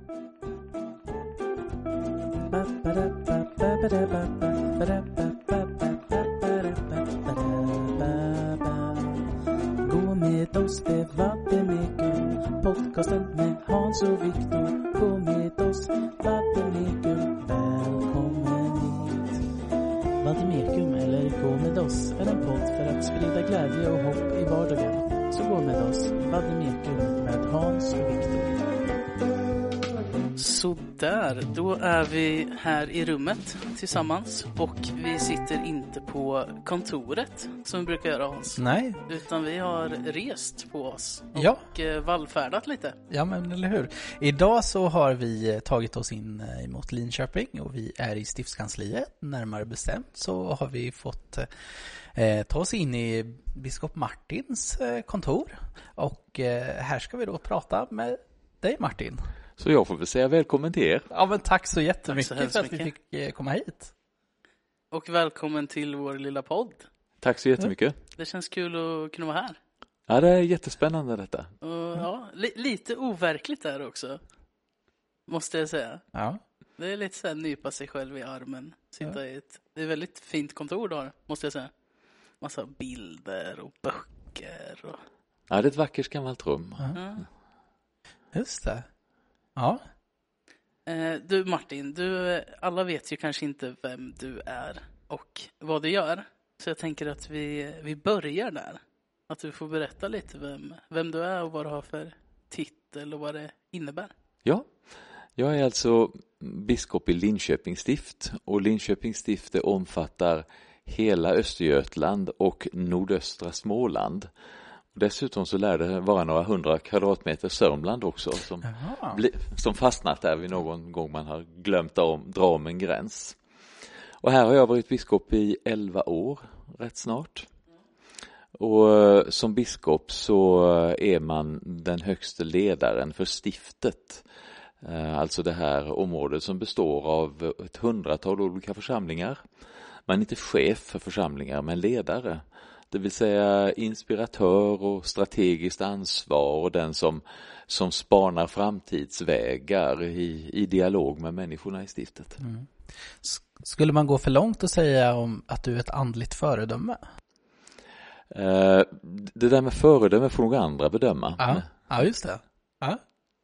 Gå med oss, det var det med kul. Podcasten med Hans och Viktor. Gå med oss, var det med kul. Välkommen hit. Vadimekum eller Gå med oss är en podd för att sprida glädje och hopp i vardagen. Så gå med oss, Vadimekum med Hans och Viktor. Så där, då är vi här i rummet tillsammans och vi sitter inte på kontoret som vi brukar göra, Hans. Nej. Utan vi har rest på oss och Ja. vallfärdat lite. Ja, men eller hur. Idag så har vi tagit oss in mot Linköping och vi är i stiftskansliet. Närmare bestämt så har vi fått ta oss in i biskop Martins kontor. Och här ska vi då prata med dig, Martin. Så jag får väl säga välkommen till er. Ja, men tack så jättemycket tack så för att vi fick komma hit. Och välkommen till vår lilla podd. Tack så jättemycket. Det känns kul att kunna vara här. Ja, det är jättespännande detta. Och, ja, lite overkligt där också, måste jag säga. Ja. Det är lite så här nypa sig själv i armen. Sitta i det är väldigt fint kontor då, måste jag säga. Massa bilder och böcker. Och... Ja, det är ett vackert gammalt rum. Ja. Just det. Ja. Du Martin, alla vet ju kanske inte vem du är och vad du gör. Så jag tänker att vi börjar där. Att du får berätta lite vem du är och vad du har för titel och vad det innebär. Ja, jag är alltså biskop i Linköpings stift. Och Linköpings stift omfattar hela Östergötland och nordöstra Småland. Dessutom så lär det vara några 100 kvadratmeter Sörmland också som fastnat där vid någon gång man har glömt dra om en gräns. Och här har jag varit biskop i 11 år, rätt snart. Och som biskop så är man den högste ledaren för stiftet. Alltså det här området som består av ett 100-tal olika församlingar. Man är inte chef för församlingar men ledare. Det vill säga inspiratör och strategiskt ansvar och den som spanar framtidsvägar i dialog med människorna i stiftet. Mm. Skulle man gå för långt och säga om att du är ett andligt föredöme? Det där med föredöme får nog andra bedöma. Ja just det. Ja.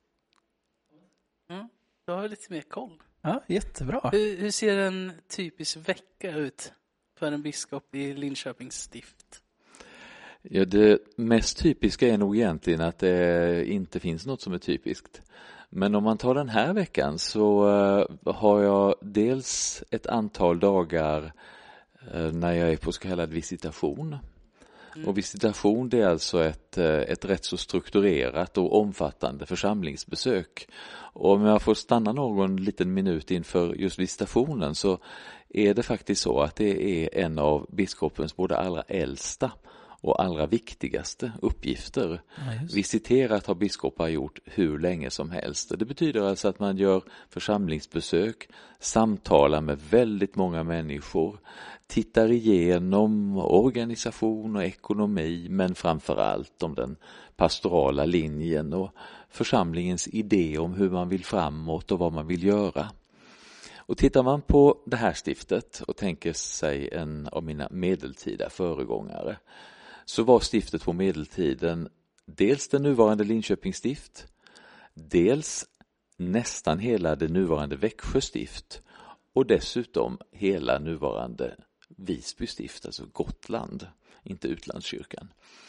Mm, du har lite mer koll. Ja, jättebra. Hur ser en typisk vecka ut för en biskop i Linköpings stift? Ja, det mest typiska är nog egentligen att det inte finns något som är typiskt. Men om man tar den här veckan så har jag dels ett antal dagar när jag är på så kallad visitation. Och visitation det är alltså ett rätt så strukturerat och omfattande församlingsbesök. Och om jag får stanna någon liten minut inför just visitationen så är det faktiskt så att det är en av biskopens både allra äldsta och allra viktigaste uppgifter. Ja, Visiterat har biskopar gjort hur länge som helst. Det betyder alltså att man gör församlingsbesök, samtalar med väldigt många människor, tittar igenom organisation och ekonomi men framförallt om den pastorala linjen och församlingens idé om hur man vill framåt och vad man vill göra. Och tittar man på det här stiftet och tänker sig en av mina medeltida föregångare så var stiftet på medeltiden dels den nuvarande Linköpings stift, dels nästan hela det nuvarande Växjö stift och dessutom hela nuvarande Visby stift, alltså Gotland, inte utlandskyrkan.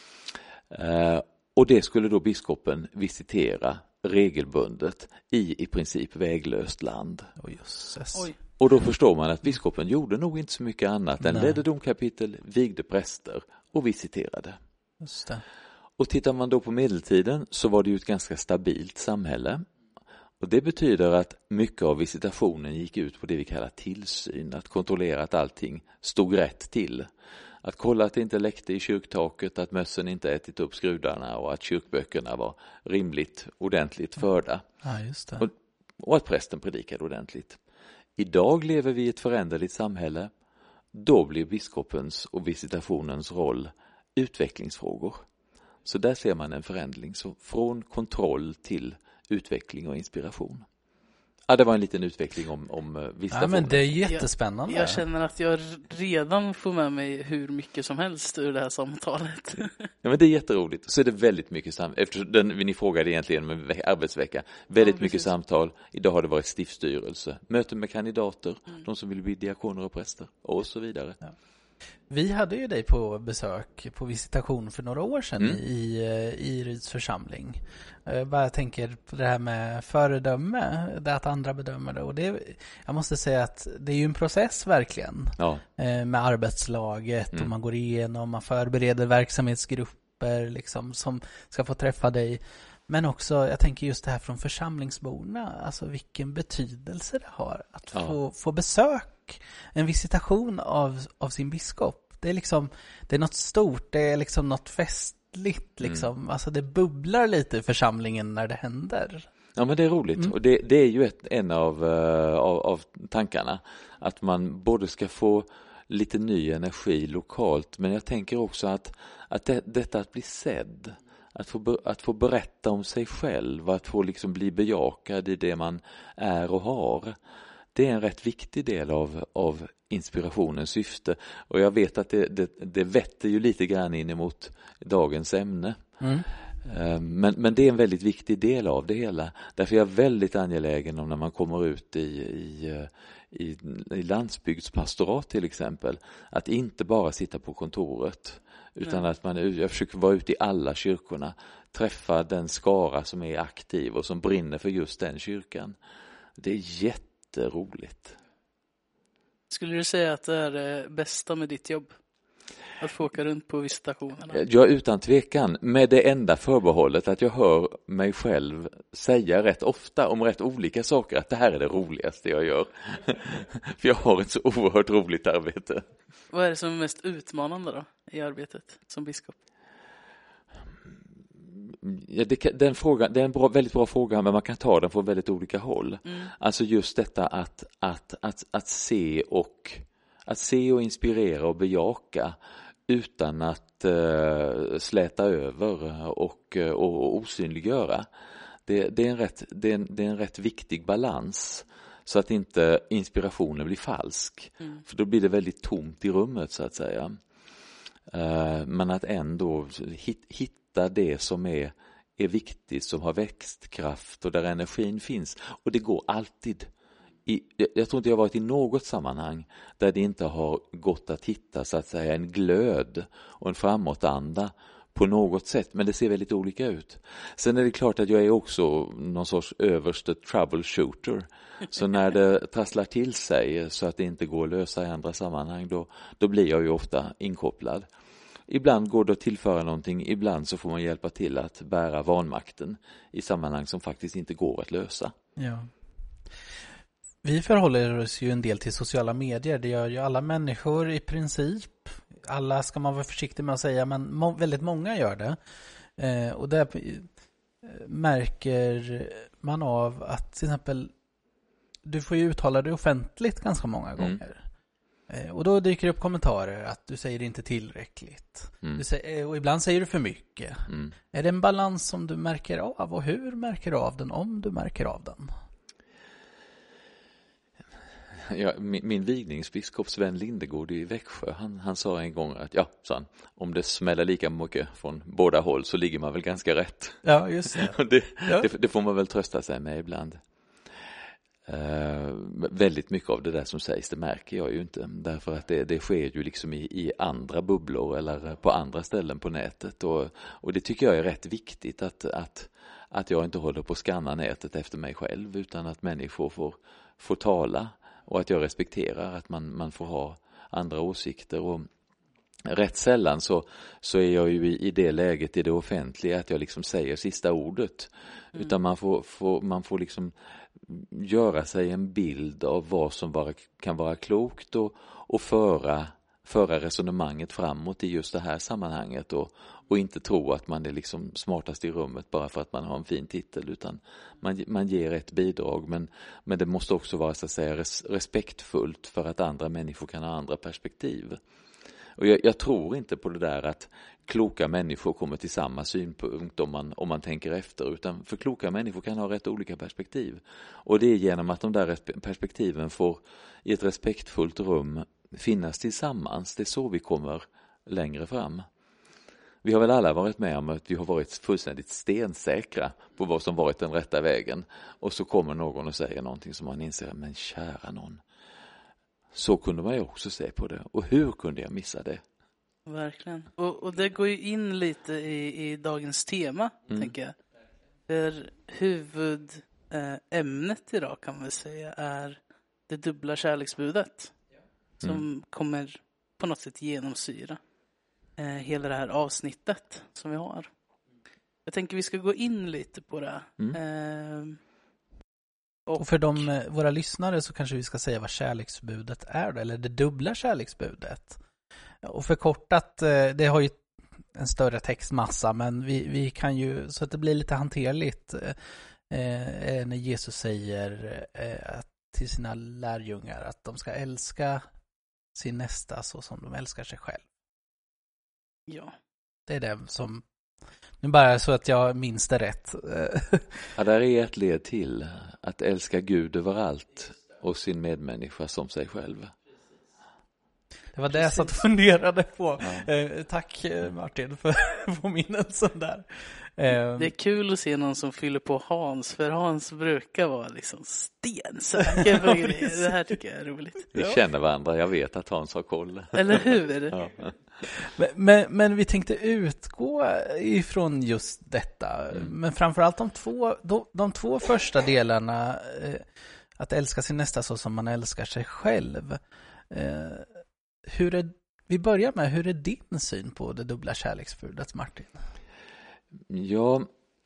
Och det skulle då biskopen visitera regelbundet i princip väglöst land. Och då förstår man att biskopen gjorde nog inte så mycket annat än ledde domkapitel, vigde präster och visiterade. Just det. Och tittar man då på medeltiden så var det ju ett ganska stabilt samhälle. Och det betyder att mycket av visitationen gick ut på det vi kallar tillsyn. Att kontrollera att allting stod rätt till. Att kolla att det inte läckte i kyrktaket, att mössen inte ätit upp skrudarna och att kyrkböckerna var rimligt ordentligt förda. Ja, just det. Och att prästen predikade ordentligt. Idag lever vi i ett föränderligt samhälle. Då blir biskopens och visitationens roll utvecklingsfrågor. Så där ser man en förändring. Så från kontroll till utveckling och inspiration. Ja, det var en liten utveckling om visitationen. Ja, men det är jättespännande. Jag känner att jag redan får med mig hur mycket som helst ur det här samtalet. Ja, men det är jätteroligt. Så är det väldigt mycket eftersom ni frågade egentligen med arbetsvecka. Väldigt mycket samtal. Idag har det varit stiftsstyrelse, möten med kandidater, de som vill bli diakoner och präster och så vidare. Ja. Vi hade ju dig på besök på visitation för några år sedan i Ryds församling. Jag tänker på det här med föredöme, det att andra bedömer det. Och jag måste säga att det är ju en process verkligen. Ja. Med arbetslaget och man går igenom, man förbereder verksamhetsgrupper liksom, som ska få träffa dig. Men också, jag tänker just det här från församlingsborna, alltså vilken betydelse det har att få besök, en visitation av sin biskop. Det är liksom, det är något stort, det är liksom något festligt liksom. Alltså det bubblar lite i församlingen när det händer. Ja, men det är roligt och det är ju en av tankarna, att man både ska få lite ny energi lokalt, men jag tänker också att detta att bli sedd, att få berätta om sig själv, att få liksom bli bejakad i det man är och har. Det är en rätt viktig del av inspirationens syfte. Och jag vet att det vetter ju lite grann in emot dagens ämne. Men det är en väldigt viktig del av det hela. Därför är jag väldigt angelägen om när man kommer ut i landsbygdspastorat till exempel, att inte bara sitta på kontoret. Utan att jag försöker vara ute i alla kyrkorna, träffa den skara som är aktiv och som brinner för just den kyrkan. Det är jätteroligt. Skulle du säga att det är det bästa med ditt jobb? Att få åka runt på visitationerna? Ja, utan tvekan. Med det enda förbehållet att jag hör mig själv säga rätt ofta om rätt olika saker att det här är det roligaste jag gör. För jag har ett så oerhört roligt arbete. Vad är det som är mest utmanande då i arbetet som biskop? Ja, det är en väldigt bra fråga, men man kan ta den från väldigt olika håll. Alltså just detta att se och inspirera och bejaka utan att släta över och osynliggöra. Det är en rätt viktig balans, så att inte inspirationen blir falsk. För då blir det väldigt tomt i rummet så att säga. Men att ändå hitta det som är viktigt, som har växtkraft och där energin finns. Och det går alltid. Jag tror inte jag har varit i något sammanhang där det inte har gått att hitta så att säga en glöd och en framåtanda på något sätt, men det ser väldigt olika ut. Sen är det klart att jag är också någon sorts överste troubleshooter. Så när det trasslar till sig så att det inte går att lösa i andra sammanhang, då blir jag ju ofta inkopplad. Ibland går det att tillföra någonting, ibland så får man hjälpa till att bära vanmakten i sammanhang som faktiskt inte går att lösa. Ja. Vi förhåller oss ju en del till sociala medier. Det gör ju alla människor i princip. Alla ska man vara försiktig med att säga, men väldigt många gör det. Och där märker man av att till exempel du får ju uttala dig offentligt ganska många gånger. Och då dyker det upp kommentarer att du säger inte tillräckligt. Och ibland säger du för mycket. Är det en balans som du märker av, och hur märker du av den, om du märker av den? Ja, min vigningsbiskop Sven Lindegård i Växjö, han sa en gång att sa han, om det smäller lika mycket från båda håll så ligger man väl ganska rätt. Ja, just det. Det får man väl trösta sig med ibland. Väldigt mycket av det där som sägs, det märker jag ju inte, därför att det sker ju liksom i andra bubblor eller på andra ställen på nätet, och det tycker jag är rätt viktigt att jag inte håller på att skanna nätet efter mig själv, utan att människor får tala. Och att jag respekterar att man får ha andra åsikter. Och rätt sällan så är jag ju i det läget i det offentliga att jag liksom säger sista ordet. Utan man får liksom göra sig en bild av vad som kan vara klokt och föra resonemanget framåt i just det här sammanhanget, och inte tro att man är liksom smartast i rummet bara för att man har en fin titel, utan man ger ett bidrag, men det måste också vara så att säga respektfullt för att andra människor kan ha andra perspektiv. Och jag tror inte på det där att kloka människor kommer till samma synpunkt om man tänker efter, utan för kloka människor kan ha rätt olika perspektiv. Och det är genom att de där perspektiven får i ett respektfullt rum finnas tillsammans. Det är så vi kommer längre fram. Vi har väl alla varit med om att vi har varit fullständigt stensäkra på vad som varit den rätta vägen. Och så kommer någon och säger någonting som man inser, men kära någon. Så kunde man ju också se på det. Och hur kunde jag missa det? Verkligen. Och det går ju in lite i dagens tema, tänker jag. För huvudämnet idag kan man säga är det dubbla kärleksbudet. Som kommer på något sätt genomsyra hela det här avsnittet som vi har. Jag tänker vi ska gå in lite på det. Och för våra lyssnare så kanske vi ska säga vad kärleksbudet är, eller det dubbla kärleksbudet. Och förkortat, det har ju en större textmassa, men vi kan ju, så att det blir lite hanterligt, när Jesus säger till sina lärjungar att de ska älska sin nästa så som de älskar sig själv. Ja. Det är det som, nu bara så att jag minns det rätt. Ja, där är ett led till, att älska Gud överallt och sin medmänniska som sig själv. Det var det jag satt och funderade på. Ja. Tack Martin för påminnelsen där. Det är kul att se någon som fyller på Hans, för Hans brukar vara liksom stensäker på grejer. Det här tycker jag är roligt. Vi känner varandra, jag vet att Hans har koll. Eller hur? Ja. Men vi tänkte utgå ifrån just detta. Men framförallt de två första delarna, att älska sin nästa så som man älskar sig själv. Vi börjar med, hur är din syn på det dubbla kärleksbudet, Martin? Ja,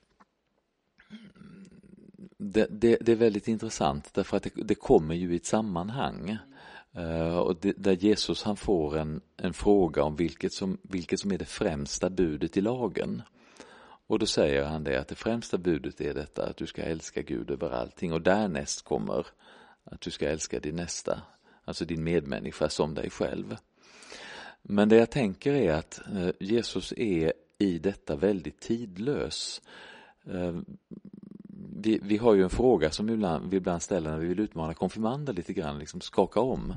det är väldigt intressant därför att det kommer ju i ett sammanhang. Och där Jesus han får en fråga om vilket som är det främsta budet i lagen. Och då säger han det, att det främsta budet är detta, att du ska älska Gud över allting, och därnäst kommer att du ska älska din nästa, alltså din medmänniska som dig själv. Men det jag tänker är att Jesus är i detta väldigt tidlös. Vi har ju en fråga som vi ibland ställer när vi vill utmana konfirmander lite grann, liksom skaka om.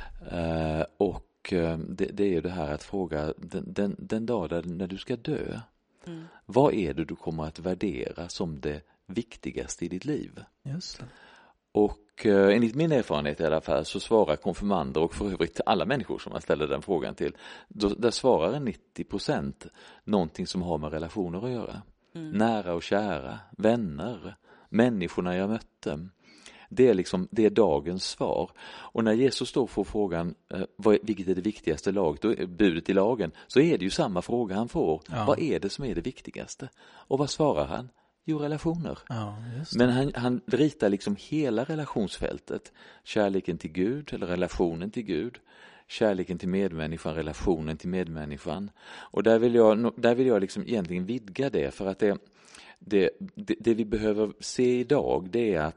Och det är ju det här att fråga den dag när du ska dö, vad är det du kommer att värdera som det viktigaste i ditt liv? Just det. Och enligt min erfarenhet i alla fall så svarar konfirmander, och för övrigt alla människor som man ställer den frågan till, där svarar 90% någonting som har med relationer att göra. Nära och kära, vänner, människorna jag mötte. Det är dagens svar. Och när Jesus då får frågan, vilket är det viktigaste budet i lagen, så är det ju samma fråga han får. Ja. Vad är det som är det viktigaste? Och vad svarar han? Jo, relationer. Ja, men han ritar liksom hela relationsfältet. Kärleken till Gud, eller relationen till Gud. Kärleken till medmänniskan, relationen till medmänniskan. Och där vill jag liksom egentligen vidga det, för att det vi behöver se idag, det är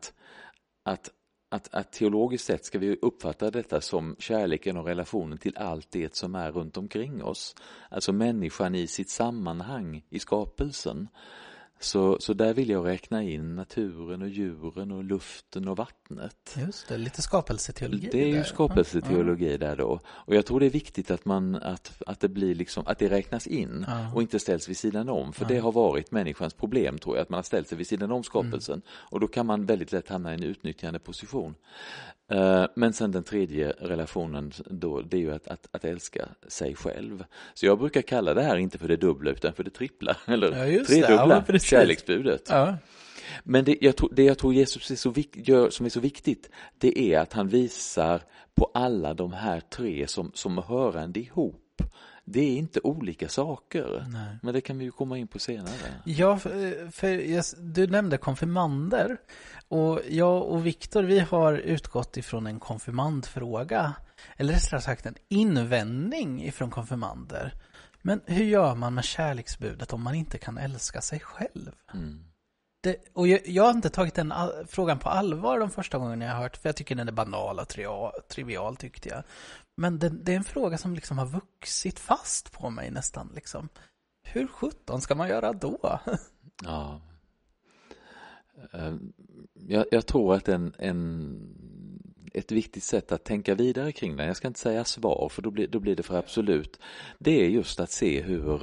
att teologiskt sett ska vi uppfatta detta som kärleken och relationen till allt det som är runt omkring oss. Alltså människan i sitt sammanhang i skapelsen. Så där vill jag räkna in naturen och djuren och luften och vattnet. Just det, lite skapelseteologi. Det är ju skapelseteologi där då. Och jag tror det är viktigt att det blir liksom, att det räknas in och inte ställs vid sidan om. För det har varit människans problem, tror jag, att man har ställt sig vid sidan om skapelsen. Och då kan man väldigt lätt hamna i en utnyttjande position. Men sen den tredje relationen då, det är ju att älska sig själv. Så jag brukar kalla det här inte för det dubbla utan för det trippla, eller tredubbla kärleksbudet. Ja. Men det jag tror Jesus gör som är så viktigt, det är att han visar på alla de här tre som hörande ihop. Det är inte olika saker. Nej. Men det kan vi ju komma in på senare. Ja, för du nämnde konfirmander. Och jag och Viktor, vi har utgått ifrån en konfirmandfråga. Eller rättare sagt en invändning ifrån konfirmander. Men hur gör man med kärleksbudet om man inte kan älska sig själv? Och jag har inte tagit den frågan på allvar de första gångerna jag har hört, för jag tycker den är banal och trivial tyckte jag. Men det är en fråga som liksom har vuxit fast på mig nästan liksom. Hur 17 ska man göra då? Ja. Jag tror att ett viktigt sätt att tänka vidare kring den, jag ska inte säga svar för då blir det för absolut, det är just att se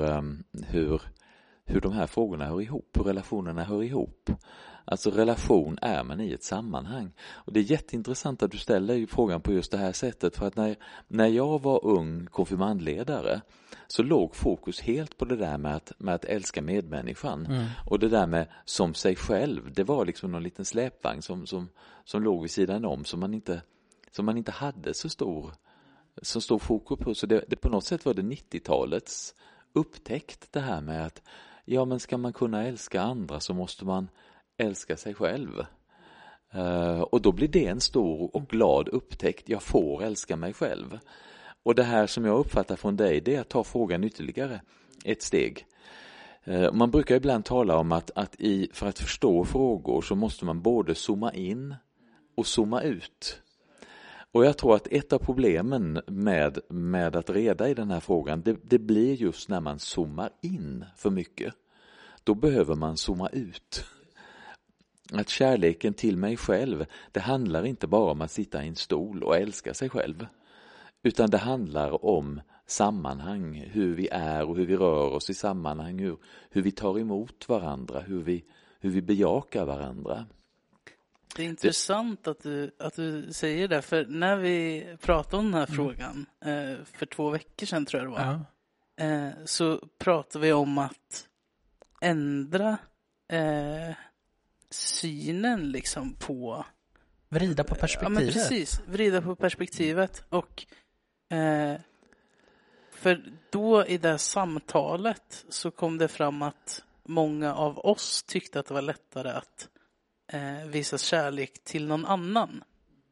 hur de här frågorna hör ihop, hur relationerna hör ihop. Alltså relation är man i ett sammanhang. Och det är jätteintressant att du ställer frågan på just det här sättet, för att när jag var ung konfirmandledare så låg fokus helt på det där med att älska medmänniskan. Och det där med som sig själv, det var liksom någon liten släpvagn som låg vid sidan om, som man inte hade så stor fokus på. Så det på något sätt var det 90-talets upptäckt, det här med att ja, men ska man kunna älska andra så måste man älska sig själv. Och då blir det en stor och glad upptäckt. Jag får älska mig själv. Och det här som jag uppfattar från dig, det är att ta frågan ytterligare ett steg. Man brukar ibland tala om att för att förstå frågor så måste man både zooma in och zooma ut. Och jag tror att ett av problemen med att reda i den här frågan, det blir just när man zoomar in för mycket. Då behöver man zooma ut. Att kärleken till mig själv, det handlar inte bara om att sitta i en stol och älska sig själv. Utan det handlar om sammanhang, hur vi är och hur vi rör oss i sammanhang, hur vi tar emot varandra, hur vi bejakar varandra. Det är intressant att du säger det, för när vi pratade om den här frågan för 2 veckor sedan tror jag det var, så pratade vi om att ändra synen liksom på... Vrida på perspektivet. Ja, men precis. Vrida på perspektivet. Och för då i det samtalet så kom det fram att många av oss tyckte att det var lättare att visa kärlek till någon annan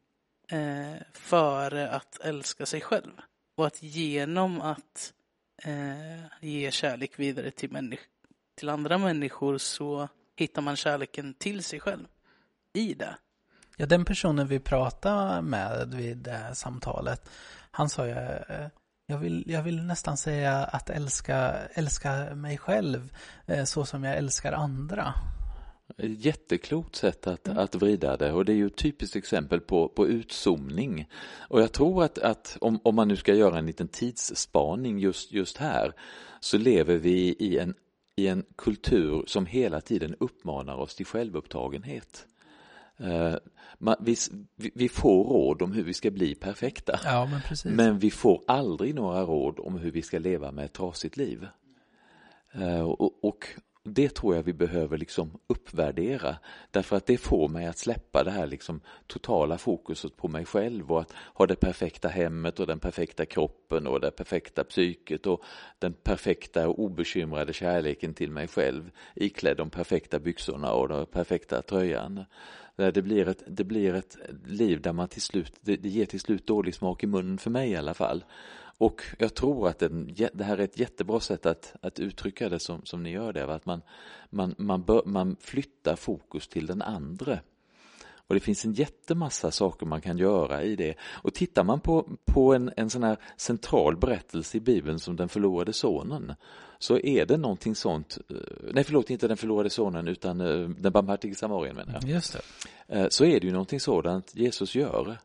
före att älska sig själv. Och att genom att ge kärlek vidare till andra människor så hittar man kärleken till sig själv i det. Ja, den personen vi pratade med vid det här samtalet, han sa jag vill nästan säga att älska mig själv så som jag älskar andra. Ett jätteklokt sätt att vrida det, och det är ju ett typiskt exempel på utzoomning. Och jag tror att om man nu ska göra en liten tidsspaning just här, så lever vi i en kultur som hela tiden uppmanar oss till självupptagenhet. Vi får råd om hur vi ska bli perfekta. Ja, men precis. Men vi får aldrig några råd om hur vi ska leva med ett trasigt liv. Och det tror jag vi behöver liksom uppvärdera, därför att det får mig att släppa det här liksom totala fokuset på mig själv och att ha det perfekta hemmet och den perfekta kroppen och det perfekta psyket och den perfekta och obekymrade kärleken till mig själv, iklädd de perfekta byxorna och den perfekta tröjan. Det blir ett liv där man det ger till slut dålig smak i munnen, för mig i alla fall. Och jag tror att det här är ett jättebra sätt att uttrycka det som ni gör det, att man flyttar fokus till den andra. Och det finns en jättemassa saker man kan göra i det. Och tittar man på en sån här central berättelse i Bibeln som den förlorade sonen, så är det någonting sånt. Nej, förlåt, inte den förlorade sonen utan den barmhärtige samarien, menar jag. Just det. Så är det ju någonting sådant Jesus gör.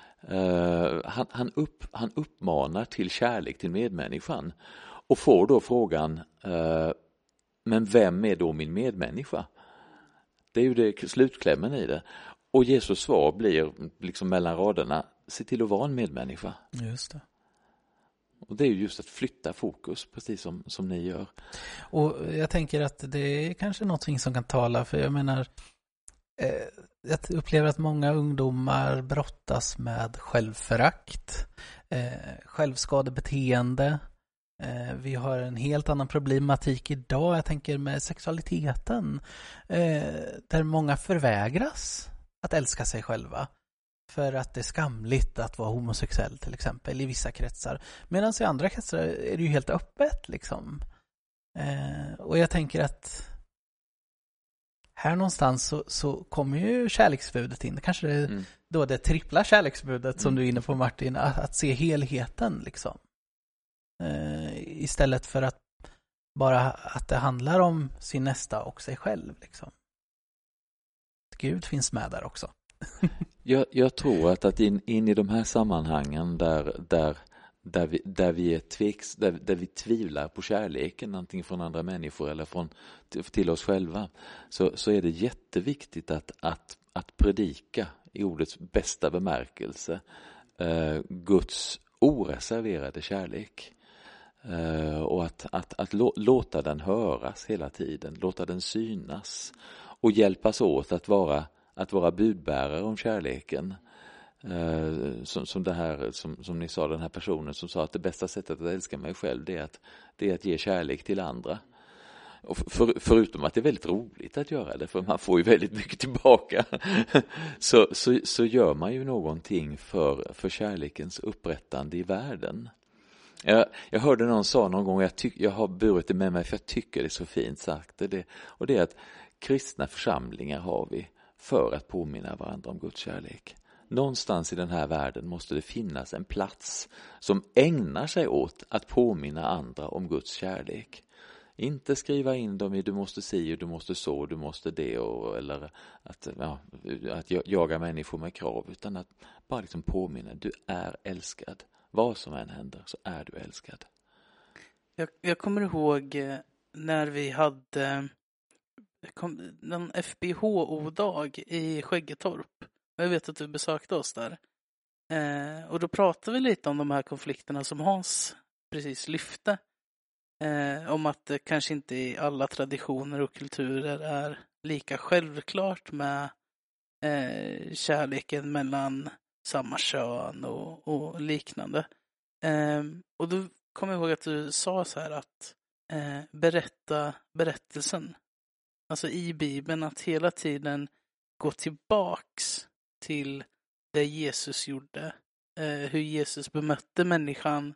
Han uppmanar till kärlek till medmänniskan och får då frågan, men vem är då min medmänniska? Det är ju det slutklämmen i det. Och Jesus svar blir liksom mellan raderna, se till att vara en medmänniska. Just det. Och det är ju just att flytta fokus, precis som ni gör. Och jag tänker att det är kanske någonting som kan tala, för jag menar, jag upplever att många ungdomar brottas med självförakt, självskadebeteende. Vi har en helt annan problematik idag, jag tänker med sexualiteten, där många förvägras att älska sig själva för att det är skamligt att vara homosexuell till exempel i vissa kretsar, medan i andra kretsar är det ju helt öppet liksom. Och jag tänker att här någonstans så kommer ju kärleksbudet in. Kanske det, då det trippla kärleksbudet som du är inne på, Martin, att se helheten liksom. Istället för att bara att det handlar om sin nästa och sig själv liksom. Gud finns med där också. Jag tror att in i de här sammanhangen där vi tvivlar på kärleken, antingen från andra människor eller till oss själva, så är det jätteviktigt att predika i ordets bästa bemärkelse Guds oreserverade kärlek. Och att låta den höras hela tiden, låta den synas och hjälpas åt att vara budbärare om kärleken. Som det här, som ni sa, den här personen som sa att det bästa sättet att älska mig själv det är att ge kärlek till andra. Och förutom att det är väldigt roligt att göra det, för man får ju väldigt mycket tillbaka, så gör man ju någonting för kärlekens upprättande i världen. Jag hörde någon sa någon gång, jag har burit det med mig för jag tycker det är så fint sagt, och det är att kristna församlingar har vi för att påminna varandra om Guds kärlek. Någonstans i den här världen måste det finnas en plats som ägnar sig åt att påminna andra om Guds kärlek. Inte skriva in dem i du måste se, du måste så, du måste det, eller att jaga människor med krav, utan att bara liksom påminna, du är älskad. Vad som än händer så är du älskad. Jag kommer ihåg när vi hade någon FBHO-dag i Skäggetorp. Jag vet att du besökte oss där. Och då pratade vi lite om de här konflikterna som Hans precis lyfte. Om att det kanske inte i alla traditioner och kulturer är lika självklart med kärleken mellan samma kön och liknande. Och då kommer jag ihåg att du sa så här att berätta berättelsen. Alltså i Bibeln, att hela tiden gå tillbaks till det Jesus gjorde. Hur Jesus bemötte människan.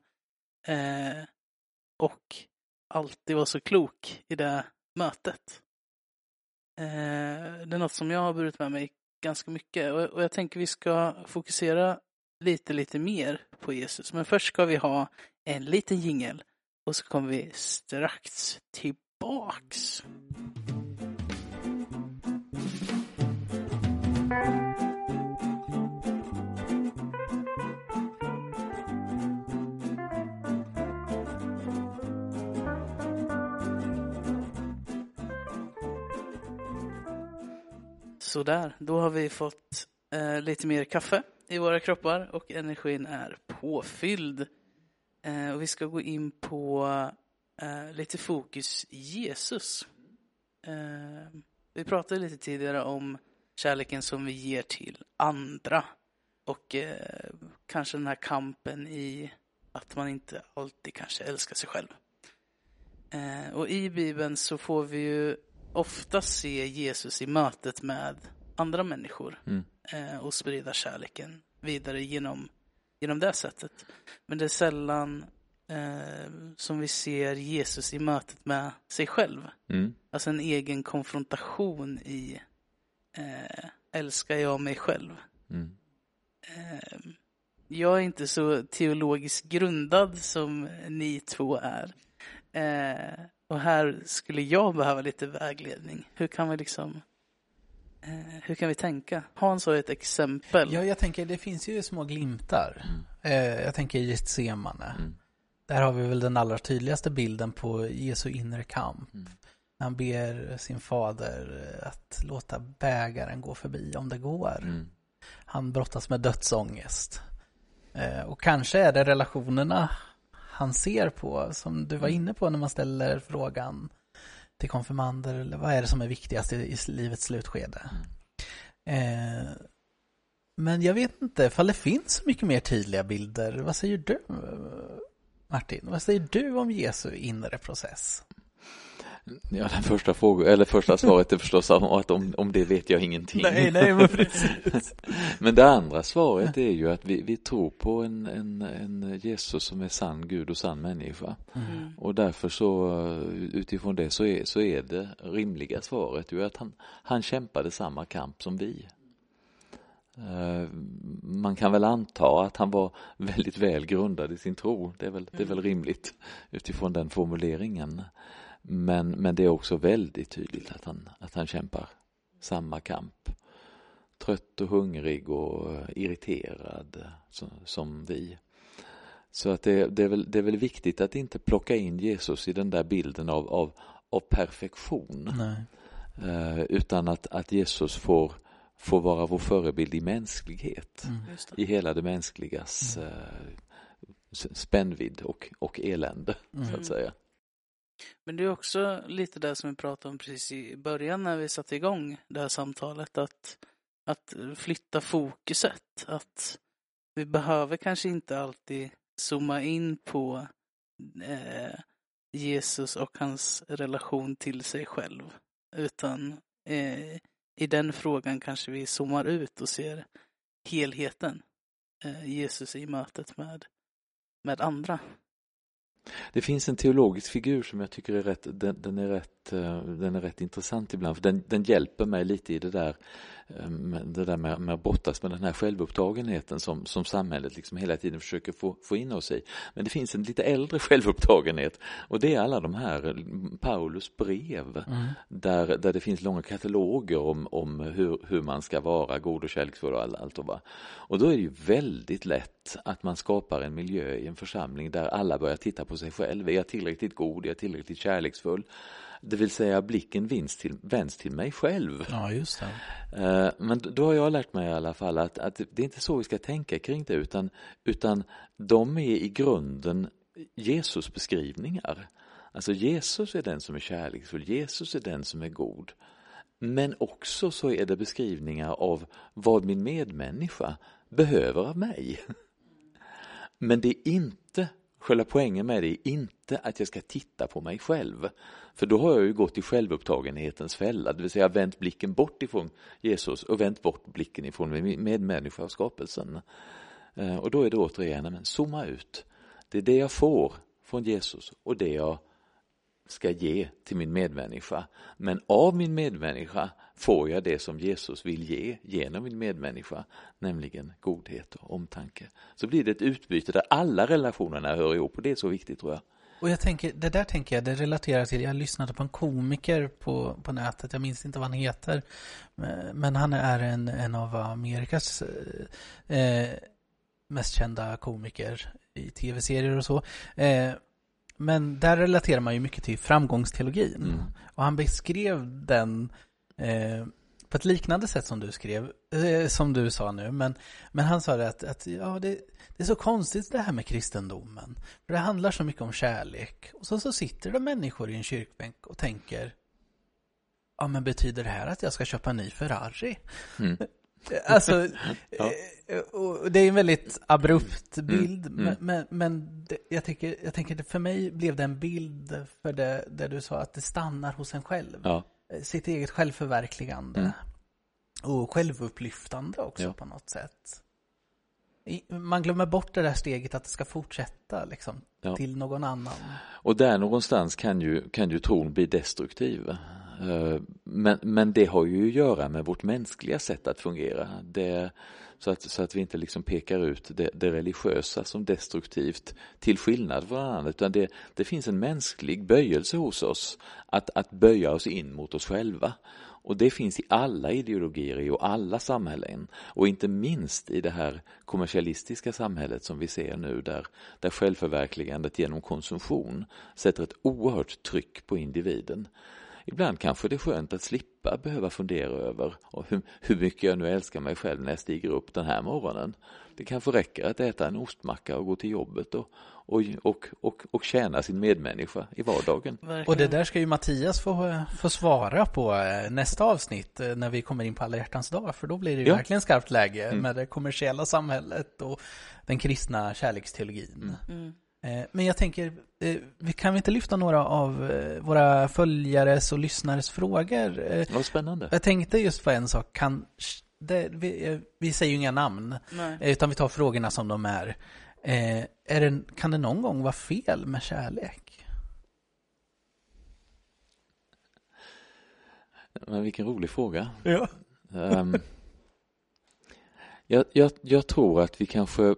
Och alltid var så klok i det mötet. Det är något som jag har burit med mig ganska mycket. Och jag tänker vi ska fokusera lite mer på Jesus. Men först ska vi ha en liten jingle. Och så kommer vi strax tillbaks. Så där, då har vi fått lite mer kaffe i våra kroppar och energin är påfylld. Och vi ska gå in på lite fokus i Jesus. Vi pratade lite tidigare om kärleken som vi ger till andra. Och kanske den här kampen i att man inte alltid kanske älskar sig själv. Och i Bibeln så får vi ju ofta se Jesus i mötet med andra människor. Och sprida kärleken vidare genom det sättet. Men det är sällan som vi ser Jesus i mötet med sig själv. Alltså en egen konfrontation i älskar jag mig själv. Jag är inte så teologiskt grundad som ni två är. Och här skulle jag behöva lite vägledning. Hur kan vi tänka? Hans har ett exempel. Ja, jag tänker det finns ju små glimtar. Jag tänker Getsemane. Där har vi väl den allra tydligaste bilden på Jesu inre kamp. Han ber sin fader att låta bägaren gå förbi om det går. Han brottas med dödsångest. Och kanske är det relationerna han ser på, som du var inne på när man ställer frågan till konfirmander, eller vad är det som är viktigast i livets slutskede. Men jag vet inte ifall det finns så mycket mer tydliga bilder. Vad säger du, Martin? Vad säger du om Jesu inre process? Ja, den första svaret är förstås att om det vet jag ingenting. Nej, men precis. Men det andra svaret är ju att vi tror på en Jesus som är sann Gud och sann människa. Och därför så utifrån det så är det rimliga svaret ju att han kämpade samma kamp som vi. Man kan väl anta att han var väldigt väl grundad i sin tro. Det är väl rimligt utifrån den formuleringen. Men det är också väldigt tydligt att han kämpar samma kamp. Trött och hungrig och irriterad som vi. Så att det är väl viktigt att inte plocka in Jesus i den där bilden av perfektion. Nej. Utan att Jesus får vara vår förebild i mänsklighet. I hela det mänskligas spännvidd och elände så att säga. Men det är också lite det som vi pratade om precis i början när vi satte igång det här samtalet. Att flytta fokuset. Att vi behöver kanske inte alltid zooma in på Jesus och hans relation till sig själv. Utan i den frågan kanske vi zoomar ut och ser helheten. Jesus i mötet med andra. Det finns en teologisk figur som jag tycker är rätt intressant ibland. För den hjälper mig lite i det där med att brottas med den här självupptagenheten som samhället liksom hela tiden försöker få in oss i. Men det finns en lite äldre självupptagenhet. Och det är alla de här Paulus brev. Där det finns långa kataloger om hur man ska vara god och kärleksfull och allt. Och då är det ju väldigt lätt att man skapar en miljö i en församling där alla börjar titta på sig själv. Är jag tillräckligt god? Är jag tillräckligt kärleksfull? Det vill säga blicken vänds till mig själv. Ja, just det. Men då har jag lärt mig i alla fall att det är inte så vi ska tänka kring det utan de är i grunden Jesus beskrivningar. Alltså Jesus är den som är kärleksfull, Jesus är den som är god. Men också så är det beskrivningar av vad min medmänniska behöver av mig. Men det är inte, själva poängen med det är inte att jag ska titta på mig själv. För då har jag ju gått i självupptagenhetens fälla. Det vill säga vänt blicken bort ifrån Jesus och vänt bort blicken ifrån min medmänniska och skapelsen. Och då är det återigen, men zooma ut. Det är det jag får från Jesus och det jag ska ge till min medmänniska. Men av min medmänniska får jag det som Jesus vill ge genom min medmänniska, nämligen godhet och omtanke. Så blir det ett utbyte där alla relationerna hör ihop och det är så viktigt tror jag. Och det relaterar till, jag lyssnade på en komiker på nätet, jag minns inte vad han heter, men han är en av Amerikas mest kända komiker i tv-serier och så. Men där relaterar man ju mycket till framgångsteologin. Och han beskrev den på ett liknande sätt som du sa nu. Men han sa det att ja, det är så konstigt det här med kristendomen. För det handlar så mycket om kärlek. Och så sitter det människor i en kyrkbänk och tänker, ja men betyder det här att jag ska köpa en ny Ferrari? Alltså, och det är en väldigt abrupt bild, men jag tänker för mig blev det en bild för det du sa, att det stannar hos en själv. Ja. Sitt eget självförverkligande och självupplyftande också på något sätt. Man glömmer bort det där steget att det ska fortsätta liksom, till någon annan. Och där någonstans kan ju tron bli destruktiv. Men det har ju att göra med vårt mänskliga sätt att fungera. Så att vi inte liksom pekar ut det religiösa som destruktivt till skillnad från annat. Utan det finns en mänsklig böjelse hos oss att böja oss in mot oss själva. Och det finns i alla ideologier och alla samhällen. Och inte minst i det här kommersialistiska samhället som vi ser nu. Där självförverkligandet genom konsumtion sätter ett oerhört tryck på individen. Ibland kanske det är skönt att slippa behöva fundera över hur mycket jag nu älskar mig själv när jag stiger upp den här morgonen. Det kanske räcker att äta en ostmacka och gå till jobbet och tjäna sin medmänniska i vardagen. Verkligen. Och det där ska ju Mattias få svara på nästa avsnitt när vi kommer in på Alla hjärtans dag. För då blir det ju verkligen skarpt läge med det kommersiella samhället och den kristna kärleksteologin. Men jag tänker, vi kan inte lyfta några av våra följares och lyssnares frågor? Vad spännande. Jag tänkte just på en sak. Vi säger ju inga namn, utan vi tar frågorna som de är. Kan det någon gång vara fel med kärlek? Men vilken rolig fråga. Ja. Jag tror att vi kanske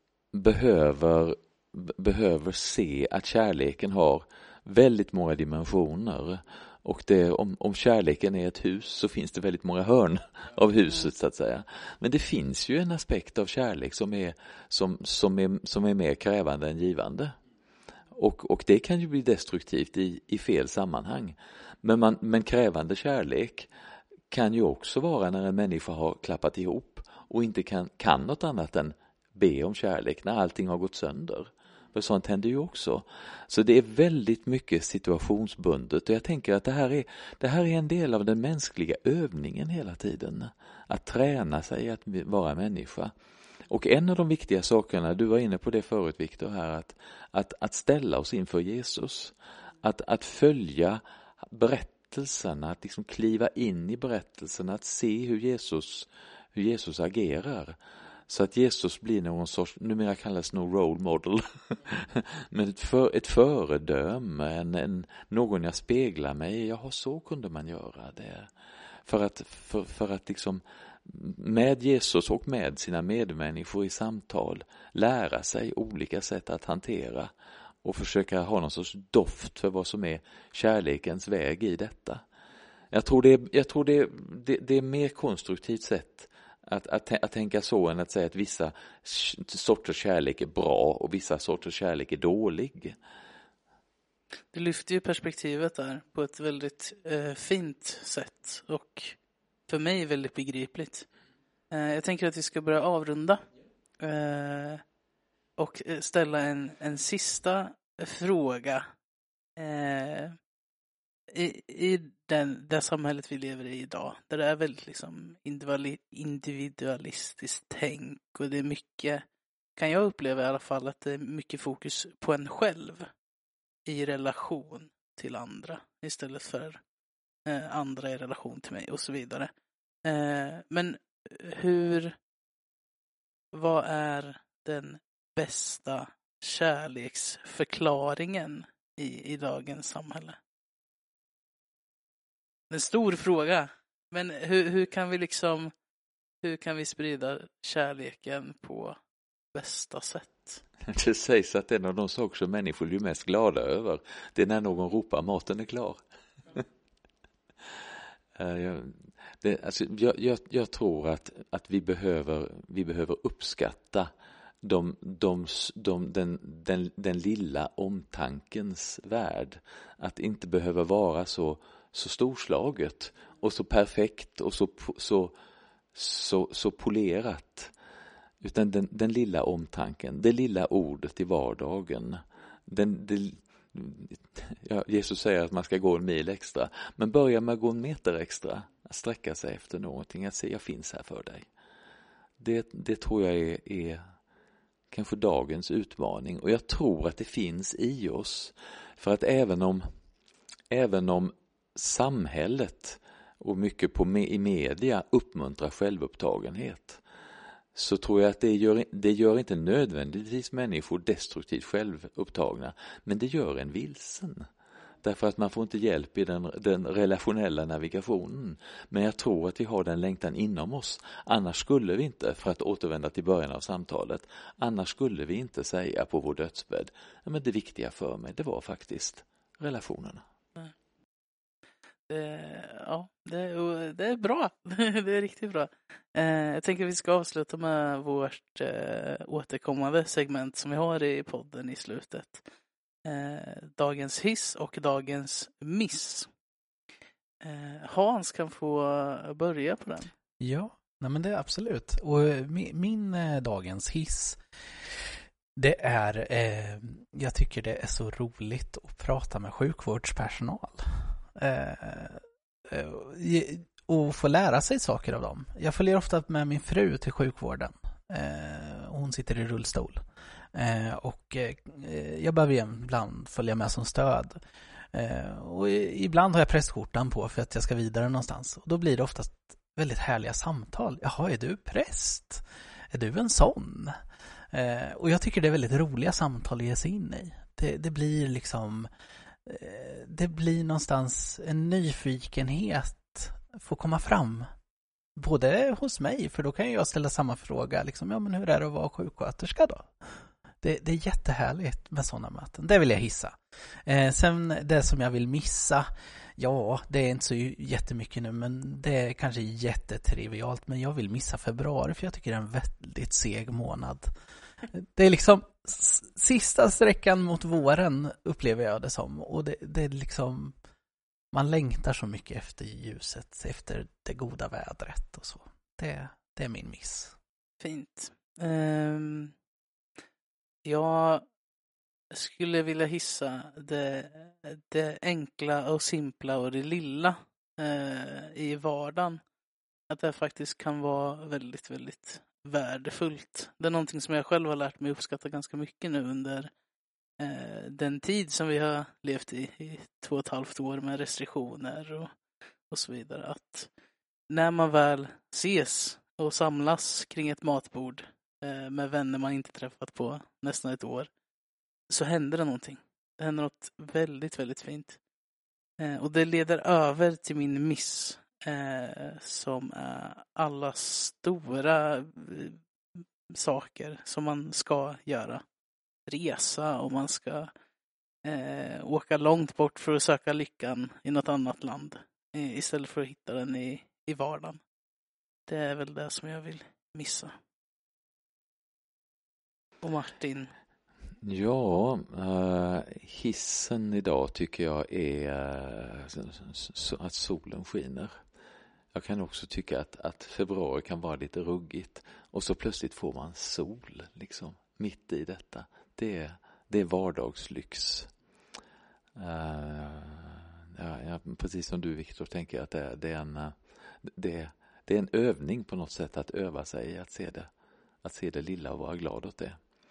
behöver se att kärleken har väldigt många dimensioner. Och om kärleken är ett hus så finns det väldigt många hörn av huset så att säga. Men det finns ju en aspekt av kärlek som är mer krävande än givande. Och det kan ju bli destruktivt i fel sammanhang. Men krävande kärlek kan ju också vara när en människa har klappat ihop och inte kan något annat än be om kärlek när allting har gått sönder. För sånt händer ju också. Så det är väldigt mycket situationsbundet och jag tänker att det här är en del av den mänskliga övningen hela tiden. Att träna sig att vara människa. Och en av de viktiga sakerna, du var inne på det förut Viktor här, att ställa oss inför Jesus. Att följa berättelsen, att liksom kliva in i berättelsen, att se hur Jesus agerar. Så att Jesus blir någon sorts, numera kallas nog role model, men ett föredöme, någon jag speglar mig i. Jaha, så kunde man göra det. För att liksom med Jesus och med sina medmänniskor i samtal lära sig olika sätt att hantera och försöka ha någon sorts doft för vad som är kärlekens väg i detta. Jag tror det är mer konstruktivt sätt att tänka så än att säga att vissa sorters kärlek är bra och vissa sorters kärlek är dålig. Det lyfter ju perspektivet där på ett väldigt fint sätt och för mig väldigt begripligt. Jag tänker att vi ska börja avrunda och ställa en sista fråga. I det samhället vi lever i idag, där det är väldigt liksom individualistiskt tänk och det är mycket, kan jag uppleva i alla fall, att det är mycket fokus på en själv i relation till andra istället för andra i relation till mig och så vidare. Men vad är den bästa kärleksförklaringen i dagens samhälle? En stor fråga. Men hur kan vi sprida kärleken på bästa sätt? Det sägs att en av de saker som människor blir mest glada över, det är när någon ropar maten är klar. Jag tror att vi behöver uppskatta den lilla omtankens värld. Att inte behöva vara så storslaget och så perfekt och så polerat, utan den lilla omtanken, det lilla ordet i vardagen. Jesus säger att man ska gå en mil extra, men börja med att gå en meter extra, att sträcka sig efter någonting, att säga jag finns här för dig. Det tror jag är kanske dagens utmaning, och jag tror att det finns i oss, för att även om samhället och mycket i media uppmuntrar självupptagenhet, så tror jag att det gör inte nödvändigtvis människor destruktivt självupptagna, men det gör en vilsen. Därför att man får inte hjälp i den relationella navigationen. Men jag tror att vi har den längtan inom oss. Annars skulle vi inte, för att återvända till början av samtalet, annars skulle vi inte säga på vår dödsbädd, men det viktiga för mig, det var faktiskt relationerna. Ja, det är bra. Det är riktigt bra. Jag tänker att vi ska avsluta med vårt återkommande segment som vi har i podden i slutet. Dagens hiss och dagens miss. Hans kan få börja på den. Ja, men det är absolut. Och min dagens hiss, det är, jag tycker det är så roligt att prata med sjukvårdspersonal. Och få lära sig saker av dem. Jag följer ofta med min fru till sjukvården. Hon sitter i rullstol. Och jag behöver ibland följa med som stöd. Och ibland har jag prästskjortan på för att jag ska vidare någonstans. Och då blir det oftast väldigt härliga samtal. Jaha, är du präst? Är du en sån? Och jag tycker det är väldigt roliga samtal att ge sig in i. Det blir liksom... Det blir någonstans en nyfikenhet får komma fram. Både hos mig, för då kan jag ställa samma fråga. Liksom, ja, men hur är det att vara sjuksköterska då? Det är jättehärligt med sådana möten. Det vill jag hissa. Sen det som jag vill missa, ja, det är inte så jättemycket nu, men det är kanske jättetrivialt. Men jag vill missa februari, för jag tycker det är en väldigt seg månad. Det är liksom sista sträckan mot våren, upplever jag det som. Och det är liksom, man längtar så mycket efter ljuset, efter det goda vädret och så. Det är min miss. Fint. Jag skulle vilja hissa det enkla och simpla och det lilla i vardagen. Att det faktiskt kan vara väldigt, väldigt värdefullt. Det är någonting som jag själv har lärt mig uppskatta ganska mycket nu under den tid som vi har levt i 2,5 år med restriktioner och så vidare. Att när man väl ses och samlas kring ett matbord med vänner man inte träffat på nästan ett år, så händer det någonting. Det händer något väldigt, väldigt fint. Och det leder över till min miss, som är alla stora saker som man ska göra. Resa, och man ska åka långt bort för att söka lyckan i något annat land istället för att hitta den i vardagen. Det är väl det som jag vill missa. Och Martin? Ja, hissen idag tycker jag är att solen skiner. Jag kan också tycka att februari kan vara lite ruggigt, och så plötsligt får man sol liksom mitt i detta. Det är vardagslyx. Precis som du, Viktor, tänker att det är en övning på något sätt att öva sig i att se det lilla och vara glad åt det.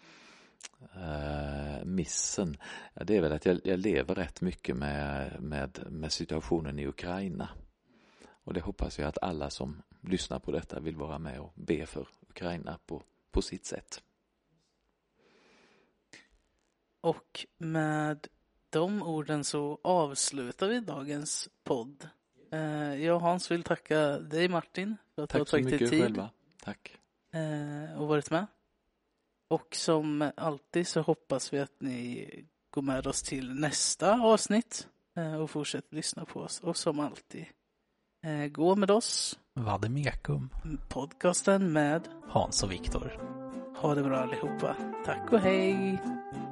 Missen, det är väl att jag lever rätt mycket med situationen i Ukraina, och det hoppas jag att alla som lyssnar på detta vill vara med och be för Ukraina på sitt sätt. Och med de orden så avslutar vi dagens podd. Jag och Hans vill tacka dig, Martin, för att du har tagit dig tid. Tack så mycket själva. Tack. Och varit med. Och som alltid så hoppas vi att ni går med oss till nästa avsnitt och fortsätter lyssna på oss. Och som alltid, gå med oss. Vademekum. Podcasten med Hans och Viktor. Ha det bra allihopa. Tack och hej!